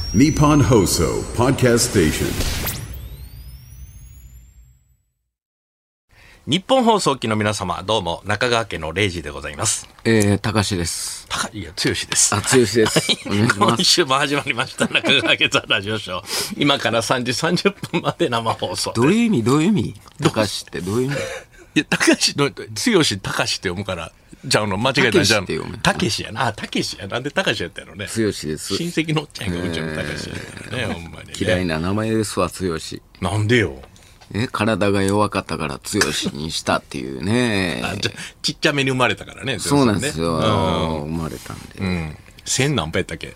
Nippon Hoso Podcast Station。 日本放送機の皆様、どうも中川家の礼二でございます。 高志です。 いや、剛です。 剛です。お願いします。 今週も始まりました中川家ザラジオショー。今から3時30分まで生放送。 どういう意味高志ってどういう意味？ いや、高志の、剛高志って読むから、じゃあ間違えたじゃん。たけしやな。たけしや。なんで高志やったのね。 剛です。 親戚のおっちゃんがうちの高志やったのね、ほんまに、ね。 嫌いな名前ですわ、剛。 なんでよ。 体が弱かったから剛にしたっていうね。 ちっちゃめに生まれたからね。 そうなんですよ。生まれたんで。 1000何歩やったっけ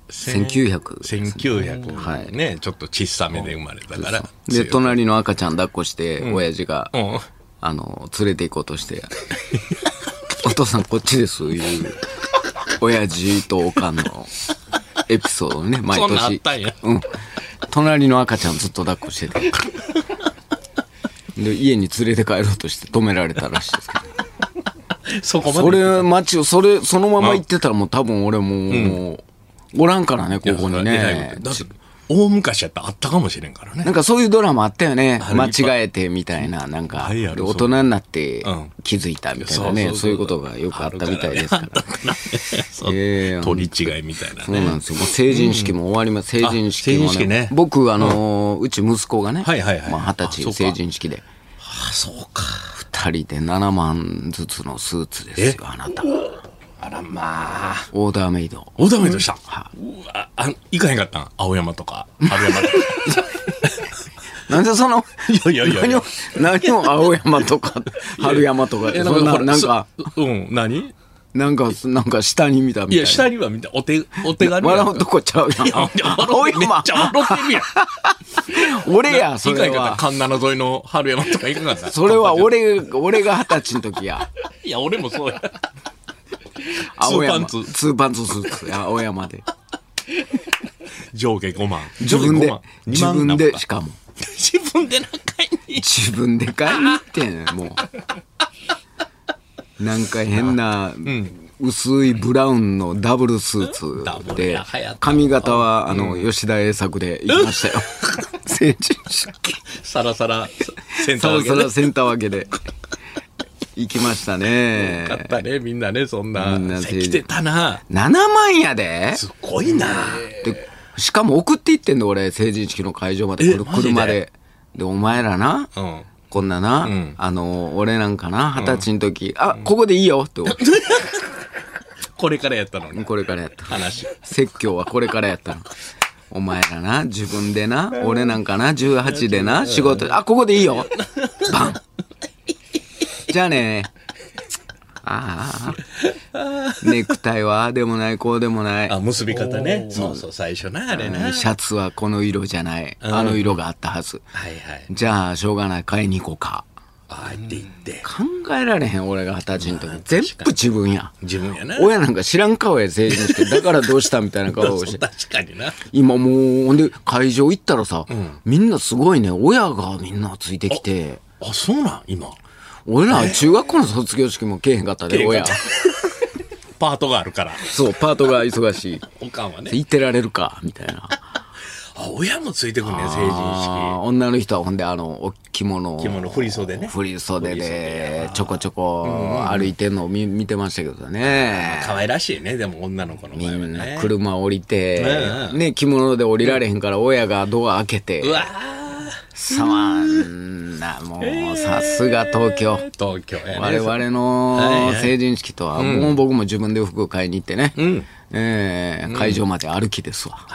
？1900。 1900。 はい。 ね、ちょっと小さめで生まれたから。 で、隣の赤ちゃん抱っこして、親父が、連れて行こうとして、お父さんこっちです、いう、親父とおかんのエピソードをね、毎年。 そんなあったんや。 隣の赤ちゃんずっと抱っこしてて。で、家に連れて帰ろうとして止められたらしいですけど。 そこまで。 そのまま行ってたらもう多分俺もう、おらんからね、ここにね。 だって大昔やったらあったかもしれんからね。 なんかそういうドラマあったよね。間違えてみたいな、なんか、大人になって気づいたみたいなね。そういうことがよくあったみたいですから。 取り違いみたいなね。 そうなんですよ。もう成人式も終わります。成人式もね。僕、うち息子がね、20歳成人式で。 そうか。 2人で7万ずつのスーツですよ、あなた。 あらまあ。 オーダーメイドした。うわ、行かへんかったん？青山とか、春山とか。 なんでその、 いや。 何を青山とか、春山とか、なんか、 何なんか下に見たみたいな。 いや、下には見た。お手軽。 笑うとこちゃうやん。 青山。めっちゃ笑ってるやん。 俺や、それは。 行かへんかった。神奈川沿いの春山とか行かなかった。 それは俺が20歳の時や。 いや、俺もそうや。 青山。ツーパンツスーツ。青山で。 上下5万。 自分で、しかも。 自分で何回に自分で買いに行ってんもう。なんか変な、薄いブラウンのダブルスーツで、髪型は吉田栄作で行きましたよ。成人式。 サラサラセンター分けで。行きましたね。 よかったね、みんなね、そんな。来てたな。 7万やで。 すごいな。 で、しかも送って行ってんの、俺、成人式の会場まで車で。で、お前らな、こんなな、俺なんかな、20歳の時、ここでいいよって。 これからやったのに。 これからやった。 話。 説教はこれからやったの。お前らな、自分でな、俺なんかな、18でな、仕事、ここでいいよ。バン。じゃあね。ネクタイはああでもないこうでもない。 結び方ね。そう最初な、あれな。 シャツはこの色じゃない。あの色があったはず。じゃあしょうがない、買いに行こうか。 って言って。 考えられへん、俺が20歳の時。全部自分や。 自分やな。 親なんか知らん顔や、成人式。だからどうしたみたいな顔をして。 確かにな。 今もう、ほんで会場行ったらさ、みんなすごいね、親がみんなついてきて。 そうなん今。 俺ら中学校の卒業式もけえへんかったで、親。 パートがあるから。 そう、パートが忙しい。 おかんはね。 行ってられるか、みたいな。 親もついてくんね、成人式。 女の人はほんでお着物。 振り袖ね。 振り袖で、ちょこちょこ歩いてんのを見てましたけどね。 可愛らしいね、でも女の子の場合はね。 みんな車降りて、ね、着物で降りられへんから親がドア開けて。 うわもうさすが東京やね。我々の成人式とはもう僕も自分で服買いに行ってね、会場まで歩きですわ。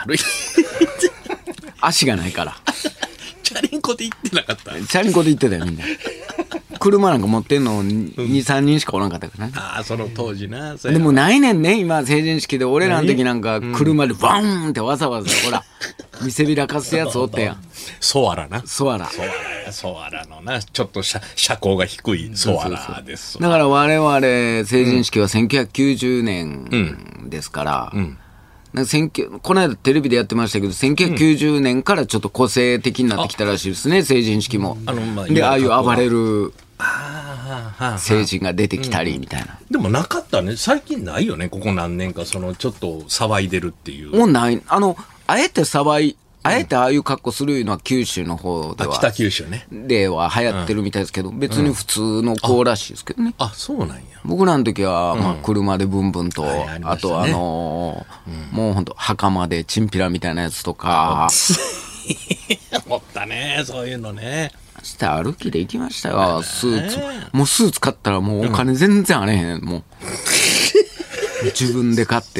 足がないから。 チャリンコで行ってなかった。 チャリンコで行ってたよみんな。車なんか持ってんの2、3人しかおらんかったからね。 その当時な。 でもないねんね、今成人式で。俺らの時なんか車でワーンってわざわざほら見せびらかすやつおったやん。 ソアラな。 ソアラのな、ちょっと車高が低いソアラです。 だから我々成人式は1990年ですから、この間テレビでやってましたけど、1990年からちょっと個性的になってきたらしいですね、成人式も。で、ああいう暴れる成人が出てきたりみたいな。 でもなかったね。最近ないよね、ここ何年か、ちょっと騒いでるっていう。 もうない。 あえてあえてああいう格好するいうのは九州の方では。 北九州ね。 では流行ってるみたいですけど、別に普通の子らしいですけどね。 そうなんや。 僕らの時は、まあ、車でブンブンと、あともうほんと、袴でチンピラみたいなやつとか。 思ったね、そういうのね。 して歩きで行きましたよ、スーツ。もうスーツ買ったらもうお金全然あれへん、もう。自分で買って。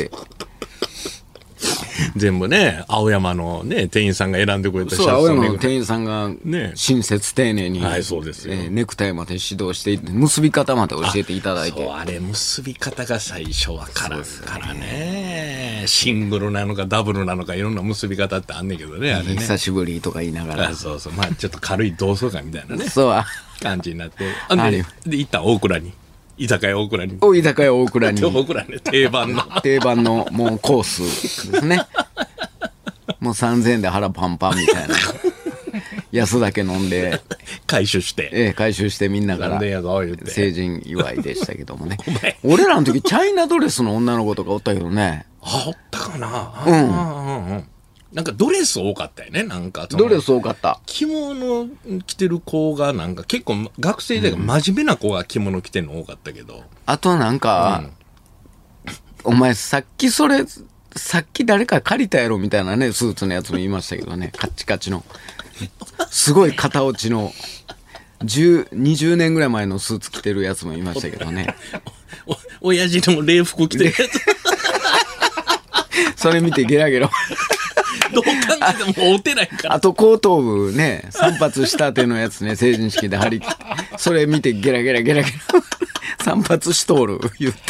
全部ね、青山のね、店員さんが選んでくれたシャツ。 そう、青山の店員さんが、親切丁寧に、 はいそうですよ、 ネクタイまで指導して、結び方まで教えていただいて。 そう、あれ、結び方が最初わからんからね。シングルなのかダブルなのかいろんな結び方ってあんねんけどね、あれね。 久しぶりとか言いながら。 そうそう、まあちょっと軽い同窓会みたいなね。 そう感じになって。で、行った大倉に。居酒屋大倉に。 居酒屋大倉に。 大倉ね、定番のもうコースですね。もう3000円で腹パンパンみたいな。安だけ飲んで。 回収して。 回収してみんなから。成人祝いでしたけどもね。俺らの時、チャイナドレスの女の子とかおったけどね。 おったかな。なんかドレス多かったよね、なんか。 ドレス多かった。 着物着てる子がなんか結構学生で真面目な子が着物着てるの多かったけど。 あとなんか、お前さっき誰か借りたやろみたいなね、スーツのやつも言いましたけどね、カッチカチの。すごい片落ちの、20年ぐらい前のスーツ着てるやつもいましたけどね。 親父の礼服着てるやつ。 それ見てゲラゲラ。 どう考えても合うてないから。 あと後頭部ね、散髪したてのやつね、成人式で張り切って。それ見てゲラゲラ。散髪しとる、言って。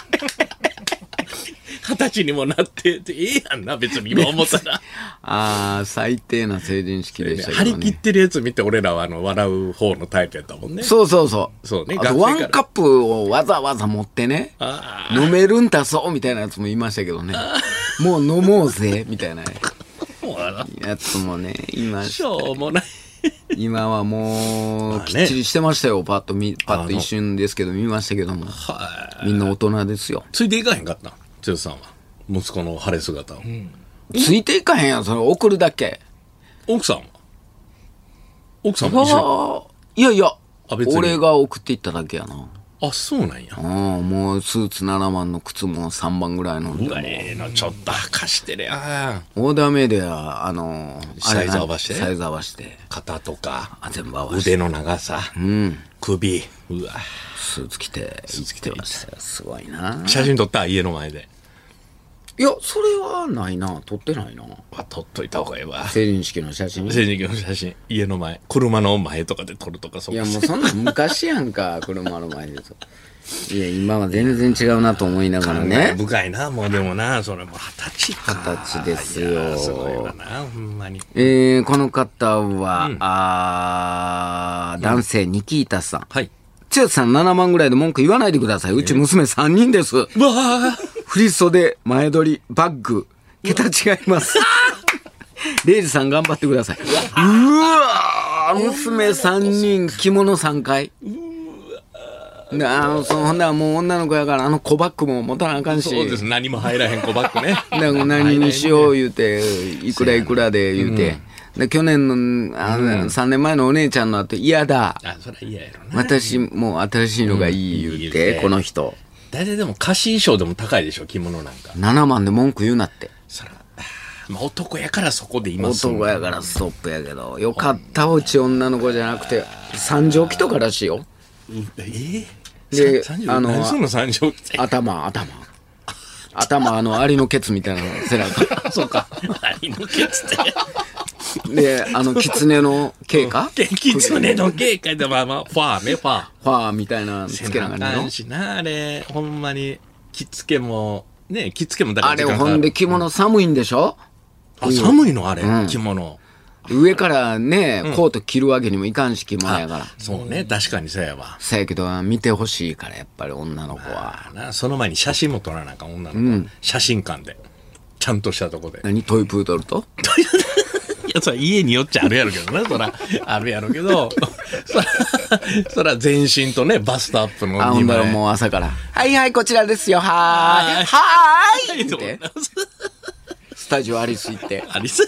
20歳にもなって、やんな、別に今思ったら。 最低な成人式でしたけどね。 張り切ってるやつ見て、俺らは笑う方のタイプやったもんね。 そう。 そうね。 あとワンカップをわざわざ持ってね、飲めるんだそうみたいなやつもいましたけどね。もう飲もうぜ、みたいなやつもね、いました。 しょうもない。 今はもう、きっちりしてましたよ。パッと一瞬ですけど見ましたけども。みんな大人ですよ。 ついていかへんかった剛さんは。息子の晴れ姿を。 ついていかへんやん、それ送るだけ。 奥さんも一緒？ いや、俺が送っていっただけやな。 そうなんや。 もうスーツ7万の靴も3万ぐらいの。 ちょっと明かしてるやん。 オーダーメイドや、 サイズ合わせて。 サイズ合わせて。 肩とか、 全部合わせて。 腕の長さ、首、うわ。 スーツ着てましたよ。すごいな。 写真撮った？家の前で。 いや、それはないな。撮ってないな。 撮っといた方がええわ。 成人式の写真。 家の前。車の前とかで撮るとか、 いや、もうそんな昔やんか、車の前で。いや、今は全然違うなと思いながらね。 深いな、もうでもな、それも20 歳ですよ。 すごいわな、ほんまに。 この方は、男性、ニキータさん。 はい。 剛さん7万ぐらいで文句言わないでください。うち娘3人です。 うわ振袖、前取り、バッグ、桁違います。レイジさん頑張ってください。うわ娘3人、着物3回。ほんならもう女の子やから小バッグも持たなあかんし。 そうです、何も入らへん小バッグね。 何にしよう言うて、いくらで言うて。で去年の3年前のお姉ちゃんの後嫌だ。 それは嫌やろな。 私もう新しいのがいい言うて、この人。 大体でも貸し衣装でも高いでしょ、着物なんか。 7万で文句言うなって。 男やからそこでいます男やからストップやけど、よかったうち女の子じゃなくて三畳着とからしいよ。で、 何その三畳着て。 頭アリのケツみたいな背中。 そうか。アリのケツって。 で、狐の毛か？ 狐の毛か。で、ファーね、ファーみたいなつけながらね。しな、あれ、ほんまに、着付けもだからあれ、ほんで着物寒いんでしょ？ 寒いのあれ、着物。 上からね、コート着るわけにもいかんし、着物やから。 そうね、確かにそうやわ。 そうやけど、見てほしいから、やっぱり女の子は。 その前に写真も撮らなあかん、女の子。写真館で。ちゃんとしたとこで。 何？トイプードルと？ いや、そら家によっちゃあるやろけどな、そら。あるやろけど、そら全身とね、バストアップのほんだらもう朝から。はいはい、こちらですよ、はーい。って。スタジオアリス行って。 アリス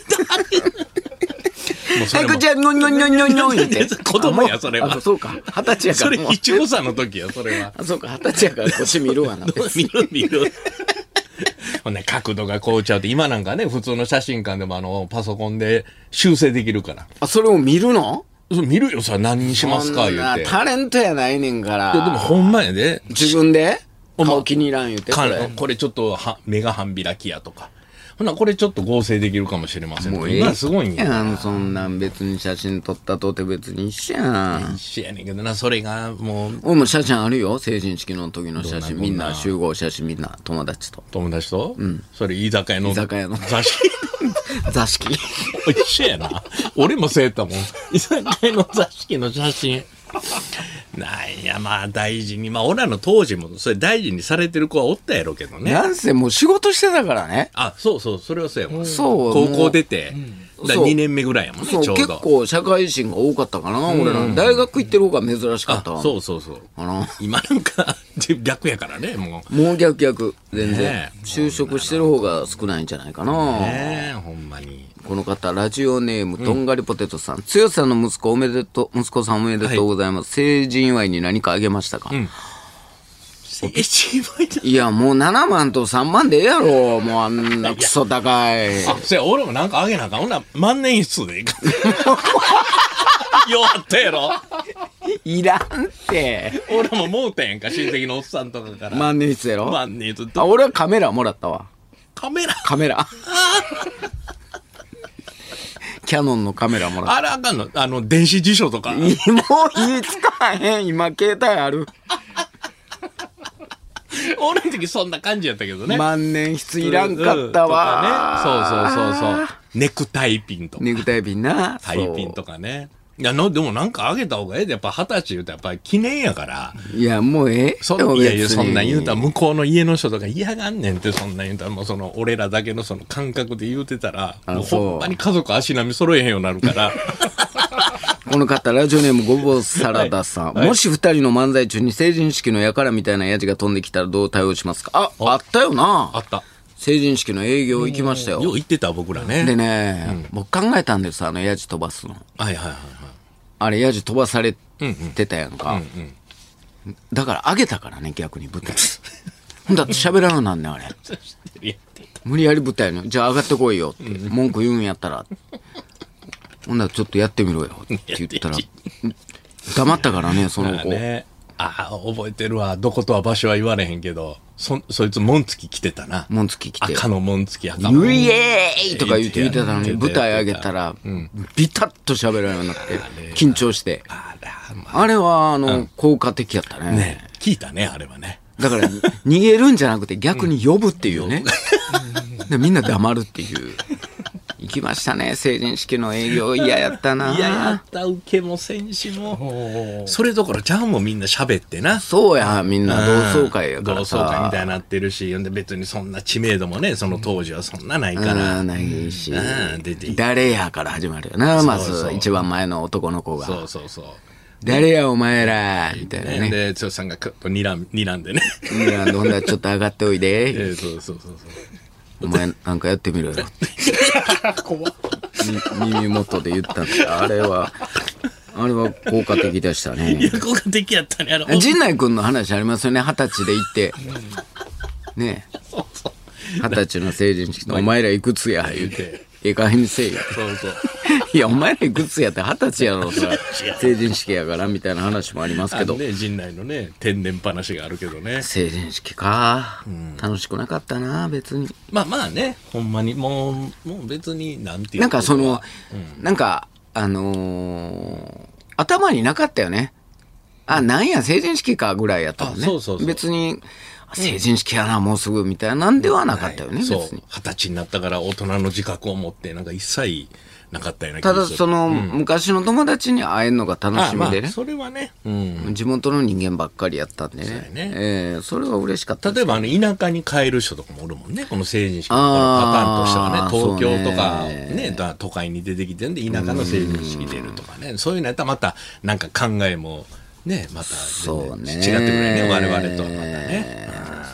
もうそれもはい、こちら、の言って。 子供や、それは。 そうか。20歳やかそら。 れ七五三の時や、それは。 そうか、20歳やからこっち見るわな。 見る。ほんで角度がこうちゃうって、今なんかね、普通の写真館でもパソコンで修正できるから。 あ、それを見るの？ 見るよ、さ、何にしますか、言うて。 タレントやないねんから。 でもほんまやで。 自分で顔気に入らん言うて。 これちょっと目が半開きやとか。ほな、これちょっと合成できるかもしれません。 もう今すごいんや。 そんなん別に写真撮ったとて別に一緒やん。 一緒やねんけどな、それがもう。 俺も写真あるよ、成人式の時の写真。みんな集合写真、みんな友達と。 友達と？うん。それ居酒屋の。 居酒屋の。 座敷座敷。 一緒やな。俺もそうやったもん。居酒屋の座敷の写真。なんや、まあ大事に。まあ俺らの当時もそれ大事にされてる子はおったやろうけどね。 なんせもう仕事してたからね。 あ、そう、それはそうやもん。 そう。 高校出て、2年目ぐらいやもんね、ちょうど。 結構社会人が多かったかな、俺ら。大学行ってる方が珍しかったわ。 そう。今なんか逆やからね、もう。 もう逆。全然。就職してる方が少ないんじゃないかな。 ねえ、ほんまに。 この方、ラジオネーム、とんがりポテトさん。剛さんの息子さんおめでとうございます。成人祝いに何かあげましたか？ 成人祝いだ。 いや、もう7万と3万でええやろ。もうあんなクソ高い。 そや、俺もなんかあげなあかん。ほんなら万年筆でいいか。弱ったやろ。 いらんって。 俺ももうてんやんか、親戚のおっさんとかから。 万年筆やろ。 万年筆。 あ、俺はカメラもらったわ。 カメラキャノンのカメラもらった。 あれあかんの？電子辞書とか。 もういい使えへん。今、携帯ある。 俺の時そんな感じやったけどね。 万年筆いらんかったわ。 そう。ネクタイピンとか。 ネクタイピンな。 タイピンとかね。いや、でもなんかあげた方がええで、やっぱ20歳言うとやっぱり記念やから。 いや、もうええ。 いや、そんなん言うたら向こうの家の人とか嫌がんねんって、そんなん言うたらもう俺らだけのその感覚で言うてたら、もうほんまに家族足並み揃えへんようになるから。 この方、ラジオネームごぼうサラダさん。もし二人の漫才中に成人式の輩みたいなやじが飛んできたらどう対応しますか？あったよな。 あった。 成人式の営業行きましたよ。 よう行ってた、僕らね。 でね、僕考えたんです、やじ飛ばすの。 はい。 あれ、やじ飛ばされてたやんか。だから、あげたからね、逆に舞台。ほんだって喋らななんねん、あれ。無理やり舞台の、じゃあ上がってこいよって、文句言うんやったら。ほんだらちょっとやってみろよって言ったら、黙ったからね、その子。 覚えてるわ。どことは場所は言われへんけど、そいつ紋付き着てたな。 紋付き着て。 赤の紋付き赤の。イエーイとか言ってたのに、舞台上げたら、ビタッと喋るようになって、緊張して。あれは、効果的やったね。 ね、聞いたね、あれはね。 だから、逃げるんじゃなくて逆に呼ぶっていうね。でみんな黙るっていう。行きましたね、成人式の営業。嫌やったな。 嫌やった、受けも選手も。それどころちゃんもみんな喋ってな。 そうや、みんな同窓会やからさ。 同窓会みたいになってるし、で別にそんな知名度もね、その当時はそんなないから。 ないし。誰やから始まるよな、まず一番前の男の子が。 そう。 誰やお前らみたいなね。 で、剛さんがクッと睨んでね。 睨んで、ほんだらちょっと上がっておいで。 そう。 お前なんかやってみろよ。 怖っ。 耳元で言ったんだ。あれは効果的でしたね。 いや、効果的やったね。 陣内君の話ありますよね。20歳で行って。ねえ。20歳の成人式のお前らいくつや言うて。加減にせえよ。 そう。 いや、お前らいくつやって20歳やろ、それ。成人式やからみたいな話もありますけど。 陣内のね、天然話があるけどね。 成人式か。楽しくなかったな、別に。 まあね、ほんまに、もう別に、なんていうなんかなんか、頭になかったよね。なんや、成人式かぐらいやったもんね。 そう。 別に、成人式やな、もうすぐみたいなんではなかったよね、別に。 そう。20歳になったから大人の自覚を持って、なんか一切なかったような気がする。 ただ、昔の友達に会えるのが楽しみでね。 それはね。 地元の人間ばっかりやったんでね。それは嬉しかった。 例えば、田舎に帰る人とかもおるもんね、この成人式のパターンとしてはね。東京とか、ね、都会に出てきてんで、田舎の成人式出るとかね。そういうのやったらまた、なんか考えも、ね、また、違ってくるよね、我々とはまたね。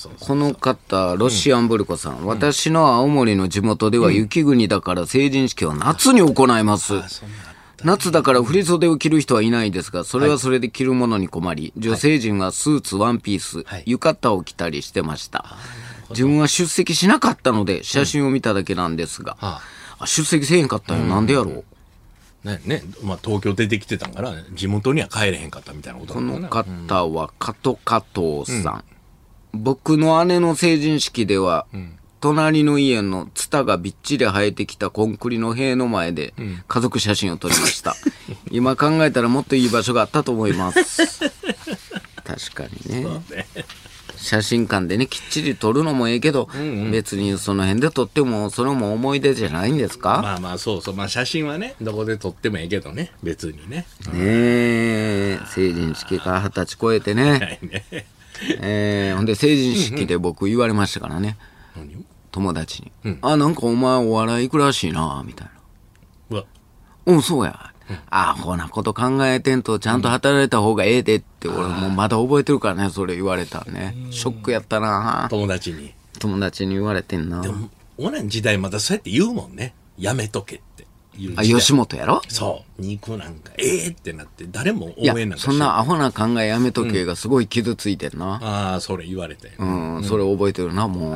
この方、ロシアンブルコさん、私の青森の地元では雪国だから成人式は夏に行います。夏だから振袖を着る人はいないですが、それはそれで着るものに困り、女性陣はスーツ、ワンピース、浴衣を着たりしてました。自分は出席しなかったので、写真を見ただけなんですが、出席せえへんかったよ。なんでやろう。 まあ、東京出てきてたんから、地元には帰れへんかったみたいなことこの方は、加藤さん。僕の姉の成人式では、隣の家のツタがびっちり生えてきたコンクリの塀の前で家族写真を撮りました。今考えたらもっといい場所があったと思います。確かにね。写真館でね、きっちり撮るのもええけど、別にその辺で撮っても、それも思い出じゃないんですか？ まあまあ、そうそう。まあ写真はね、どこで撮ってもええけどね、別にね。 ねえ、成人式から20歳超えてね。ほんで成人式で僕言われましたからね。 何を？ 友達に。なんかお前お笑い行くらしいな、みたいな。 うわ。 うん、そうや。アホなこと考えてんとちゃんと働いた方がええでって俺もうまだ覚えてるからね、それ言われたね。ショックやったな。 友達に言われてんな。 でも俺の時代まだそうやって言うもんね。やめとけって言う。 吉本やろ？ そう。肉なんかってなって誰も応いや援なんかそんなアホな考えやめとけがすごい傷ついてんな。 ああ、それ言われて。 それ覚えてるな。もう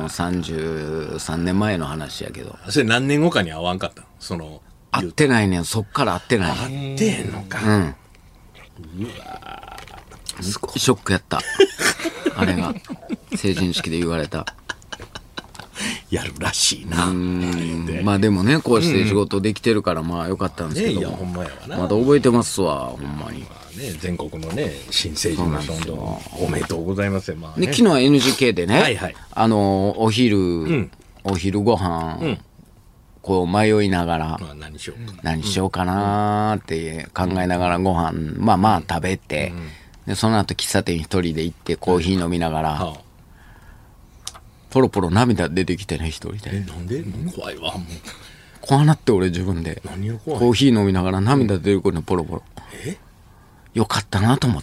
33年前の話やけど。 それ何年後かに会わんかったの？その会ってないねん。そっから会ってない。 会ってんのか。 うわすごいショックやった。あれが成人式で言われた。 やるらしいな。 まあでもね、こうして仕事できてるからまあよかったんですけども、 いやほんまやわな。 まだ覚えてますわ、ほんまに。 全国のね、新成人のどんどんおめでとうございますよ。まあね、 で昨日は NGK でね、 はいはい、 お昼ご飯、こう迷いながら、 何しようかなって考えながらご飯まあ食べて、でその後喫茶店一人で行ってコーヒー飲みながら、ポロポロ涙出てきてね、一人で。 なんで？怖いわ。もう怖なって俺自分で。 何を怖い？ コーヒー飲みながら涙出る子にポロポロ。よかったなと思って。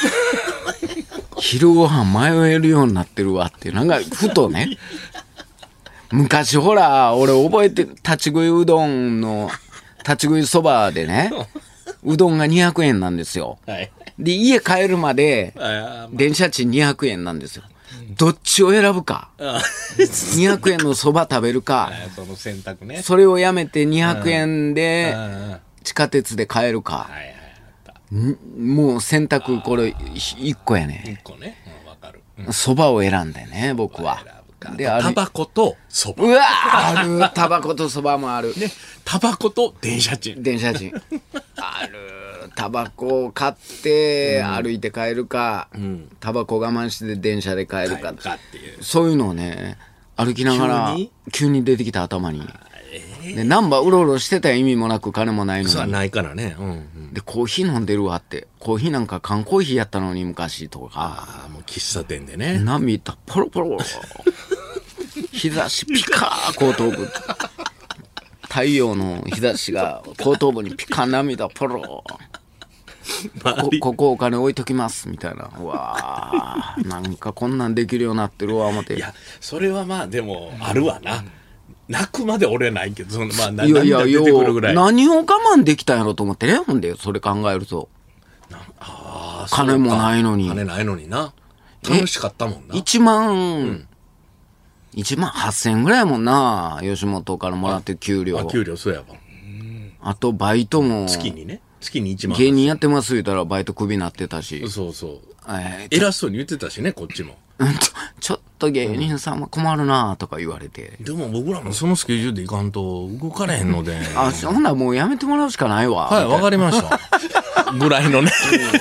昼ご飯迷えるようになってるわって、なんかふとね。昔ほら、俺覚えて、立ち食いうどんの、立ち食いそばでね、うどんが200円なんですよ。で、家帰るまで、電車賃200円なんですよ。どっちを選ぶか。200円のそば食べるか。 その選択ね。 それをやめて200円で地下鉄で帰るか。もう選択これ1個やね。 1個ね。わかる。 そばを選んでね、僕は。 で、タバコとそば。 うわある。タバコとそばもある。 ね。タバコと電車賃。ある。タバコを買って歩いて帰るか、タバコ我慢して電車で帰るかっていう。そういうのをね、歩きながら急に出てきた頭に。で、ナンバーうろうろしてた意味もなく金もないのに。 そうないからね。 で、コーヒー飲んでるわって。コーヒーなんか缶コーヒーやったのに昔とか。 もう喫茶店でね。 涙ポロポロ。日差しピカー後頭部。太陽の日差しが後頭部にピカ涙ポロ。ここお金置いときますみたいな。うわーなんかこんなんできるようになってるわ思って。いやそれはまあでもあるわな。泣くまで俺ないけど、そのまあ涙出てくるぐらい。何を我慢できたんやろと思ってね。ほんでそれ考えると。金もないのに。 金ないのにな。楽しかったもんな。 1万8000円ぐらいやもんな。吉本からもらってる給料。 給料そうやわ。 あとバイトも。 月にね。月に1万。 芸人やってます言ったらバイトクビになってたし。 そうそう。偉そうに言ってたしね、こっちも。 ちょっと芸人さんは困るなとか言われて。 でも僕らもそのスケジュールでいかんと動かれへんので。 そんなもうやめてもらうしかないわ。 はい、わかりました。ぐらいのね。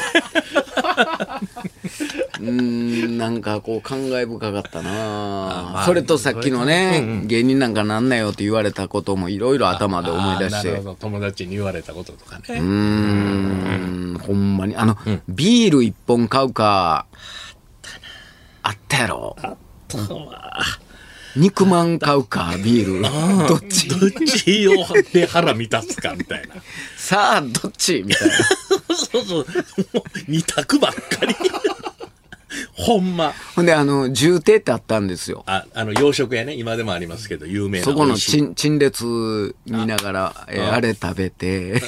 なんかこう感慨深かったな。それとさっきのね、芸人なんかなんなよって言われたこともいろいろ頭で思い出して。 友達に言われたこととかね。 ほんまにビール1本買うか。あったやろ。 あったわ。 肉まん買うかビール。どっちをで腹満たすかみたいな。 さあどっちみたいな。 そうもう二択ばっかり。 ほんま。 ほんで、重亭ってあったんですよ。 洋食屋ね、今でもありますけど、有名な。 そこの陳列見ながら、あれ食べて、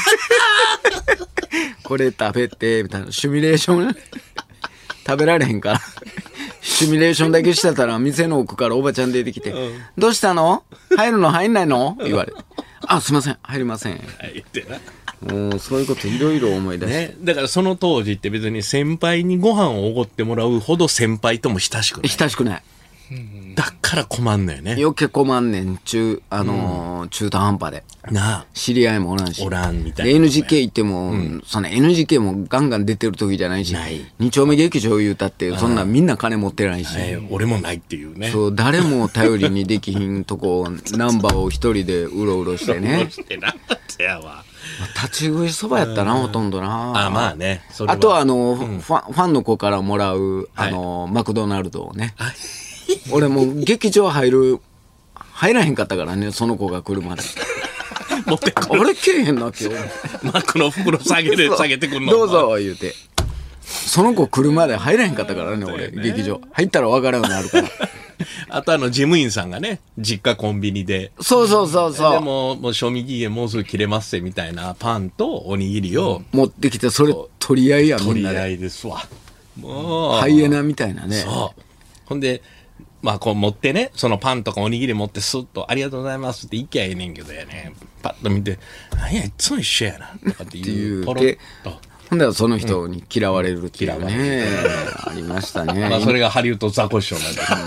これ食べて、みたいな、シミュレーション、食べられへんから。シミュレーションだけしてたら、店の奥からおばちゃん出てきて、どうしたの？入るの入んないの？言われて。あ、すいません、入りません。 言ってな。 もうそういうこといろいろ思い出して、 ね、だからその当時って別に先輩にご飯をおごってもらうほど先輩とも親しくない。 親しくない。 だから困んのよね。 余計困んねん、中途半端で。 なあ。 知り合いもおらんし。 おらんみたいな、 ね。NGK 行っても、その NGK もガンガン出てる時じゃないし、二丁目劇場言うたって、そんなみんな金持ってないし。 俺もないっていうね。 そう、誰も頼りにできひんとこ、ナンバーを一人でうろうろしてね。立ち食いそばやったな、ほとんどな。 まあね。 あとはファンの子からもらう、マクドナルドをね。俺もう劇場入らへんかったからね、その子が来るまで。 持ってくる。 あれけえへんな、今日。 マックの袋下げてくるの。 どうぞ、言うて。その子来るまで入らへんかったからね、俺、劇場。入ったら分からんようになるから。 あと事務員さんがね、実家コンビニで。 そう。でもう賞味期限もうすぐ切れますぜみたいなパンとおにぎりを。 持ってきて、それ取り合いや、みんなで。 取り合いですわ。もう。 ハイエナみたいなね。 そう。ほんで、こう持ってね、そのパンとかおにぎり持ってスッと、ありがとうございますって言いきゃええねんけどやね、パッと見て、なんや、いつも一緒やな、とかっていう、ポロッと。 ほんでその人に嫌われるっていうね、ありましたね。 それがハリウッドザコシショウなんだ。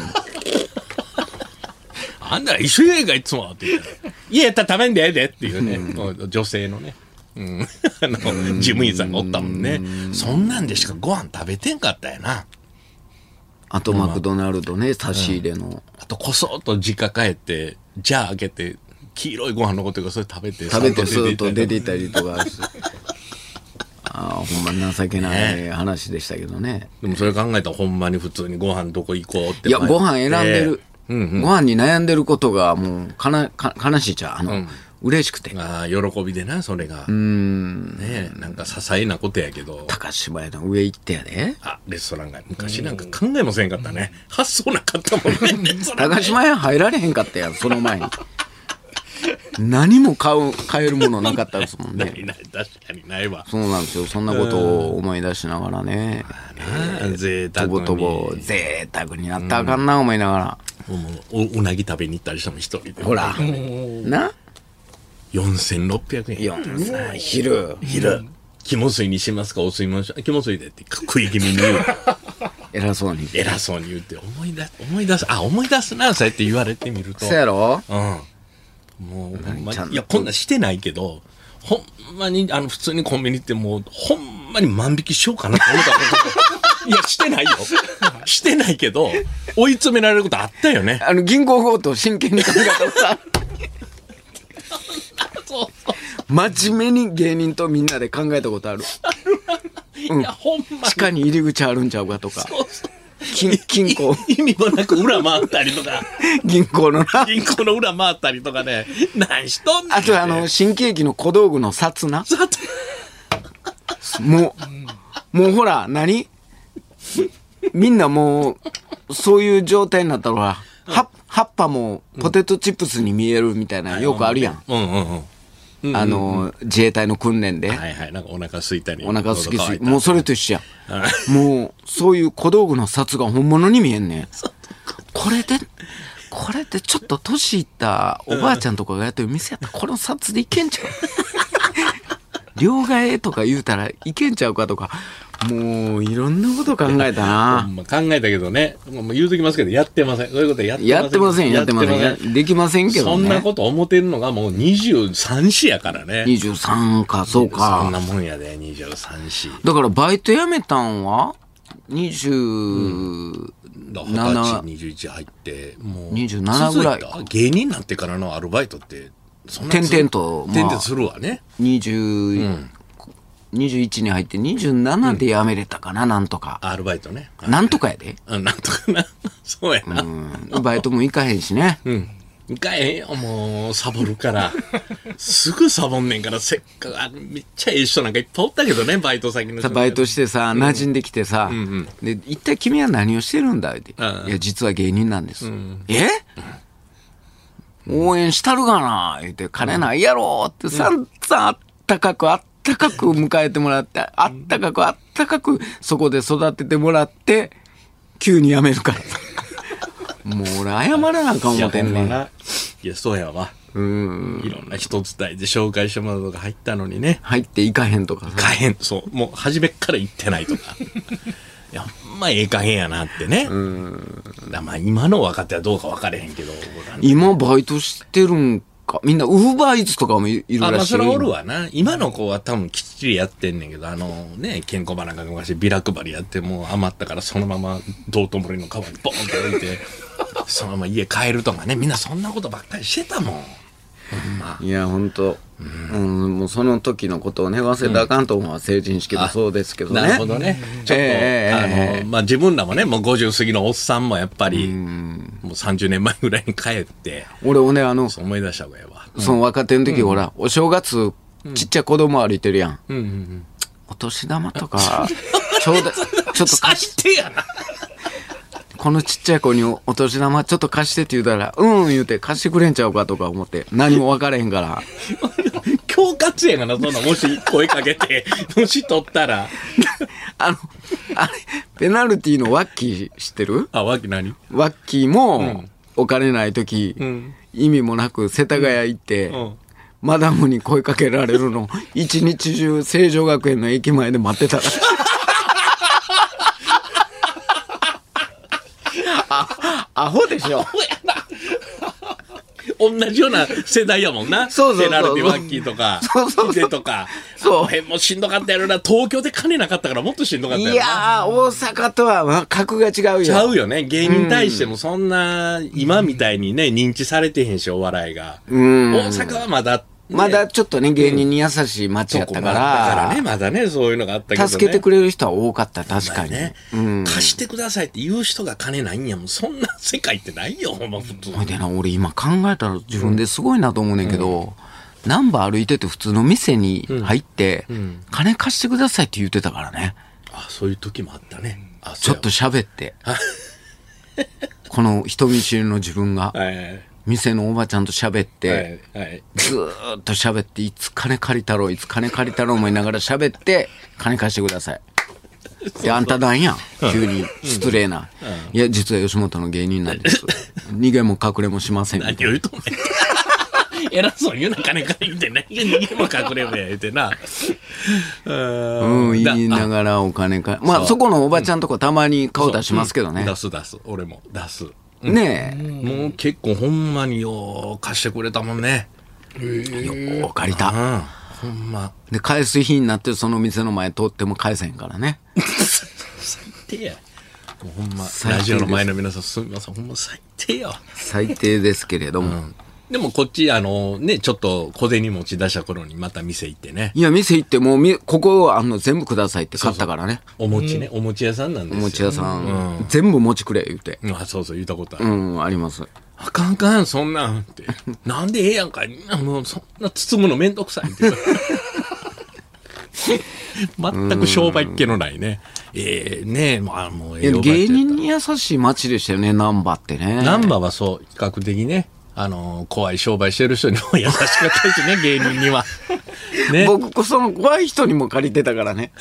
あんなら一緒やねんか、いつもって言ったら、家やったら食べんでええでっていうね、女性のね。事務員さんがおったもんね。そんなんでしかご飯食べてんかったやな。 あとマクドナルドね、差し入れの。 あとこそっと実家帰って、ジャー開けて、黄色いご飯残ってるからそれ食べてスーッと出ていたりとか。ほんま情けない話でしたけどね。 でもそれ考えたらほんまに普通にご飯どこ行こうって。 いや、ご飯選んでる。ご飯に悩んでることがもう悲しいじゃん。嬉しくて。 喜びでな、それが。ね、なんか些細なことやけど。 高島屋の上行ってやで。 レストランが。昔なんか考えもせんかったね。発想なかったもんね。 高島屋入られへんかったやん、その前に。何も買えるものなかったですもんね。 確かにないわ。 そうなんですよ。そんなことを思い出しながらね。 贅沢に。 とぼ贅沢になったらあかんな思いながら。 おなぎ食べに行ったりしたもん、一人で。 ほら。な 4600 円。昼。 肝水にしますか、お吸い物し肝水でって食い気味に言う。 偉そうに言って思い出すな、そうやって言われてみると。 そうやろ？ もう、いや、こんなんしてないけど、ほんまに、普通にコンビニ行ってもう、ほんまに万引きしようかなって思ったこと。いや、してないよ。してないけど、追い詰められることあったよね。 銀行強盗真剣に考えたさ。真面目に芸人とみんなで考えたことある。 いや、ほんまに。 地下に入り口あるんちゃうかとか。金庫。 意味もなく裏回ったりとか。 銀行の裏回ったりとかね。何しとんねん。 あと新喜劇の小道具の札な。もうほら、みんなもう、そういう状態になったら、葉っぱもポテトチップスに見えるみたいな、よくあるやん。自衛隊の訓練で。 なんかお腹空いたり。 お腹すきすぎ。もうそれと一緒や。もう、そういう小道具の札が本物に見えんねん。これでちょっと年いったおばあちゃんとかがやってる店やったら、この札でいけんちゃう。両替とか言うたらいけんちゃうかとか。もういろんなこと考えたな。 考えたけどね、もう言うときますけど、やってません。そういうことやってません。 できませんけどね。 そんなこと思ってるのがもう23歳やからね。 23か、そうか。 そんなもんやで、23歳。 だからバイト辞めたんは27、 21入って、もう。 27ぐらい。 芸人になってからのアルバイトって、 そんな転々 するわね。 21に入って27で辞めれたかな、なんとか。 アルバイトね。 なんとかやで。 なんとかな。そうやな。 バイトも行かへんしね。 行かへんよ、もう、サボるから。すぐサボんねんから、せっかく、めっちゃええ人なんかいっぱいおったけどね、バイト先の人。 バイトしてさ、馴染んできてさ、で、一体君は何をしてるんだって。いや、実は芸人なんです。応援したるがな言って、金ないやろって散々あったかく迎えてもらって、あったかくそこで育ててもらって、急に辞めるから。もう俺謝らなあかん思ってんねん。 いや、そうやわ。いろんな人伝えて紹介してもらうとか入ったのにね。 入っていかへんとかさ。 いかへん。そう。もう初めっから行ってないとか。いや、ほんまええかへんやなってね。まあ今の若手はどうか分かれへんけど。 今バイトしてるんか。みんなウーバーイーツとかもいるらしい。 まあそれはおるわな。今の子は多分きっちりやってんねんけど、ケンコバなんか昔ビラ配りやってもう余ったからそのまま道頓堀の川にボーンと置いて、そのまま家帰るとかね。みんなそんなことばっかりしてたもん。ほんま。 いや、ほんと。もうその時のことをね、忘れたらあかんと思うわ。成人式もそうですけどね。 なるほどね。ちょっと、まあ自分らもね、もう50過ぎのおっさんもやっぱり、もう30年前ぐらいに帰って。 俺をね、 そう思い出した方がやわ。 その若手の時、ほら、お正月、ちっちゃい子供歩いてるやん。お年玉とか、ちょうど、ちょっと貸してやな。 このちっちゃい子にお年玉ちょっと貸してって言うたら、言うて貸してくれんちゃうかとか思って、何も分かれへんから。 恐喝やがな、そんな、もし声かけて、もし取ったら。 あれ、ペナルティーのワッキー知ってる？ ワッキー何？ ワッキーも、お金ない時、意味もなく世田谷行って、マダムに声かけられるの、一日中成城学園の駅前で待ってたら。アホでしょ。 アホやな。同じような世代やもんな。 そうペナルティワッキーとか、ヒデとか。そう。辺もしんどかったやろな。東京で金なかったからもっとしんどかったやろな。 いやー、大阪とは格が違うよ。 ちゃうよね。芸人に対してもそんな、今みたいにね、認知されてへんし、お笑いが。大阪はまだ、 まだちょっとね、芸人に優しい街やったから。だからね、まだね、そういうのがあったけどね。 助けてくれる人は多かった、確かに。 ね、貸してくださいって言う人が金ないんやもん。そんな世界ってないよ、ほんま普通。 ほいでな、俺今考えたら自分ですごいなと思うねんけど、難波歩いてて普通の店に入って、金貸してくださいって言ってたからね。 そういう時もあったね。 ちょっと喋って。この人見知りの自分が。店のおばちゃんと喋って、ずーっと喋って、いつ金借りたろう思いながら喋って、金貸してください。で、あんたなんや急に失礼な。いや、実は吉本の芸人なんです。逃げも隠れもしません。 何を言うとんねん。偉そうに言うな、金借りてね。逃げも隠れもや言うてな。 言いながらお金まあ、そこのおばちゃんとかたまに顔出しますけどね。 出す。俺も出す。 ねえ、 もう結構ほんまによう貸してくれたもんね。 よう借りた。 ほんま。 で、返す日になってその店の前通っても返せへんからね。 最低や。もうほんま、ラジオの前の皆さんすみません。ほんま最低よ。 最低ですけれども。 でもこっち、ね、ちょっと小銭持ち出した頃にまた店行ってね。 いや、店行ってもう、ここ全部くださいって買ったからね。 お餅ね、お餅屋さんなんですよ。 お餅屋さん。全部餅くれ、言うて。 そう言ったことある。あります。 あかん、そんなんって。なんでええやんか。もうそんな包むのめんどくさいって。全く商売っ気のないね。まあもう芸人に優しい街でしたよね、難波ってね。 難波はそう、比較的ね。怖い商売してる人にも優しかったしね、芸人には。 ね、僕、その怖い人にも借りてたからね。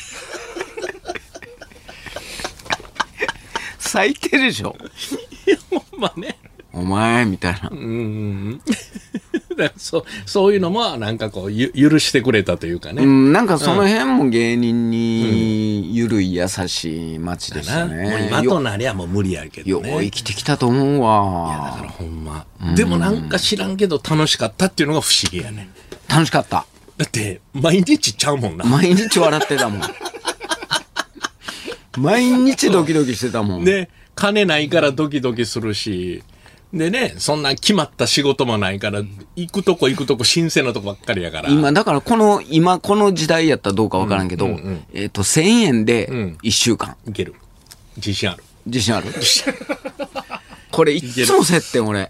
最低でしょ。 いや、ほんまね。 お前、みたいな。 だそういうのも、なんかこう、許してくれたというかね。 なんかその辺も芸人に、ゆるい優しい街でしたね。 もう今となりゃもう無理やけどね。 よう生きてきたと思うわ。 いや、だからほんま。でもなんか知らんけど楽しかったっていうのが不思議やね。 楽しかった。 だって、毎日ちゃうもんな。 毎日笑ってたもん。毎日ドキドキしてたもん。 ね、金ないからドキドキするし。でね、そんな決まった仕事もないから、行くとこ新鮮なとこばっかりやから。 今、だからこの時代やったらどうかわからんけど、1000円で1週間。 いける。自信ある。 これいつも接点俺、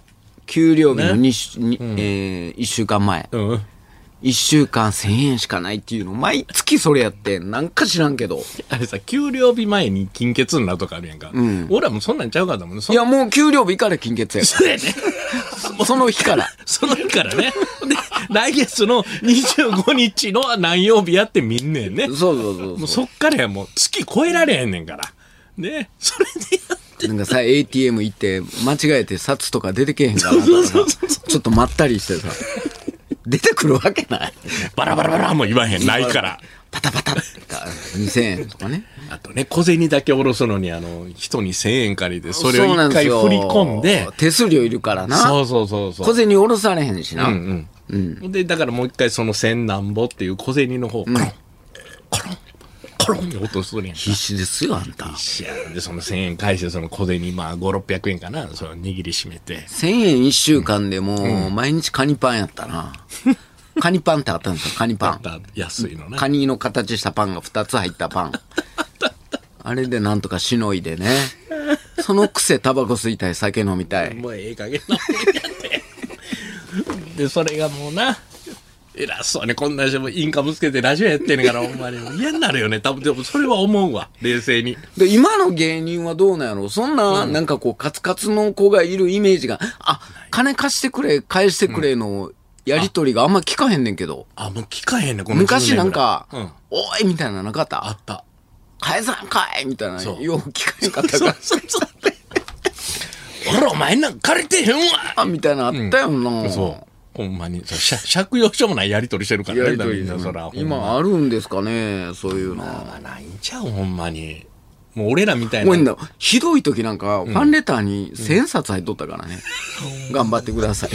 給料日の1週間前。1週間1000円しかないっていうの、毎月それやって、なんか知らんけど。 あれさ、給料日前に金欠になるとかあるやんか。俺はもうそんなんちゃうからだもんね。 いや、もう給料日から金欠やから。 そうやね。 その日から。 その日からね。で、来月の25日の何曜日やって見んねんね。 そう。 もうそっからやもう月超えられへんねんから。ね。それでやって。 なんかさ、ATM 行って間違えて札とか出てけへんからな。ちょっとまったりしてさ。出てくるわけない。 バラバラバラも言わへん、ないから。 パタパタ2000円とかね。 あとね、小銭だけ下ろすのに、人に1000円借りて、それを一回振り込んで。 手数料いるからな。 そう。 小銭下ろされへんしな。 で、だからもう一回その1000何ぼっていう小銭の方、コロン、コロンに落とすとね。 必死ですよ、あんた。 必死や。で、その1000円返して、その小銭、まあ、5、600円かな、それを握りしめて。 1000円1週間でもう、毎日カニパンやったな。カニパンってあったんですよ、カニパン。 安いのね。 カニの形したパンが2つ入ったパン。あれでなんとかしのいでね。そのくせタバコ吸いたい、酒飲みたい。 もうええ加減なもんやって。で、それがもうな、偉そうね、こんな人もインカムつけてラジオやってんねんから、ほんまに嫌になるよね。多分、でもそれは思うわ、冷静に。 で、今の芸人はどうなんやろう。そんな、なんかこう、カツカツの子がいるイメージが、金貸してくれ、返してくれのやりとりがあんま聞かへんねんけど。 もう聞かへんねん、この昔なんか、おいみたいななかった？ あった。 返さんかいみたいな、よう聞かへんかったから。 ほら、お前なんか借りてへんわみたいなあったよな。 そう。ほんまに借用書もないやり取りしてるからね。 やり取りね。今あるんですかね、そういうの。 まあないんちゃう、ほんまに。もう俺らみたいな。 ひどい時なんか、ファンレターに1000冊入っとったからね。頑張ってください。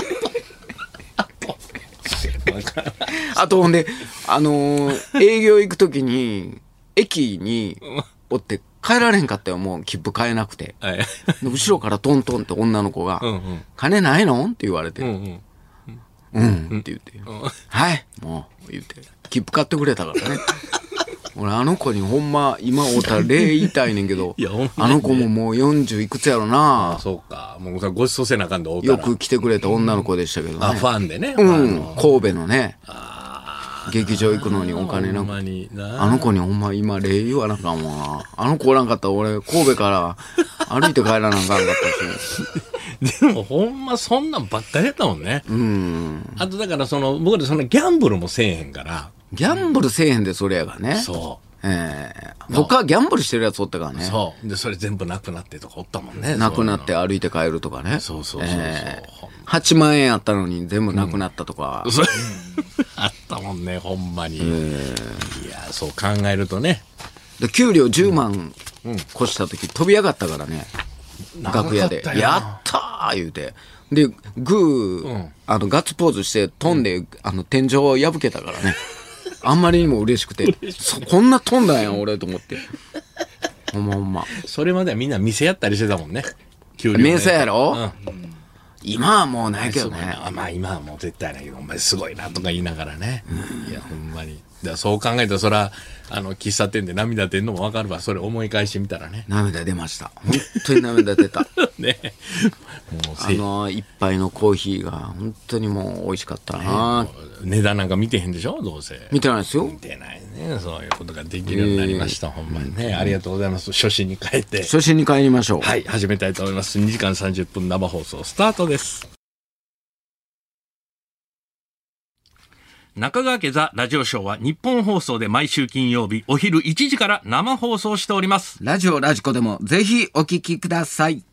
あとほんで、営業行く時に、駅におって帰られんかったよ、もう切符買えなくて。後ろからトントンって女の子が、金ないのって言われて。って言って。はい、もう、言って。切符買ってくれたからね。俺、あの子にほんま、今会うたら礼言いたいねんけど、あの子ももう40いくつやろな。 そうか。もうさ、ごちそうせなあかんで会うたら。 よく来てくれた女の子でしたけどね。 ファンでね。 神戸のね。劇場行くのにお金なく。あの子にほんま今礼言わなあかんわな。あの子おらんかったら俺、神戸から歩いて帰らなあかんかったし。でもほんまそんなんばっかりやったもんね。あとだから僕でそんなギャンブルもせえへんから。 ギャンブルせえへんでそれやがね。 そう。 他ギャンブルしてるやつおったからね。 そう。で、それ全部なくなってとかおったもんね。 なくなって歩いて帰るとかね。 そう。 8万円あったのに全部なくなったとか。 あったもんね、ほんまに。いや、そう考えるとね。 給料10万越した時飛び上がったからね。楽屋で。やったー言うて。で、ガッツポーズして飛んで、天井を破けたからね。あんまりにも嬉しくて、こんな飛んだんやん、俺と思って。ほんま。 それまではみんな店やったりしてたもんね。 給料ね。店やろ今はもうないけどね。 まあ今はもう絶対ないけど、お前すごいなとか言いながらね。いや、ほんまに。そう考えたら、そら、喫茶店で涙出んのもわかるわ。それ思い返してみたらね。 涙出ました。本当に涙出た。 ね。 もう一杯のコーヒーが本当にもう美味しかったな。 値段なんか見てへんでしょ、どうせ。 見てないですよ。 見てないね。そういうことができるようになりました。ほんまにね。ありがとうございます。初心に帰って。 初心に帰りましょう。 はい、始めたいと思います。2時間30分生放送スタートです。中川家ザラジオショーは日本放送で毎週金曜日お昼1時から生放送しております。 ラジオラジコでもぜひお聞きください。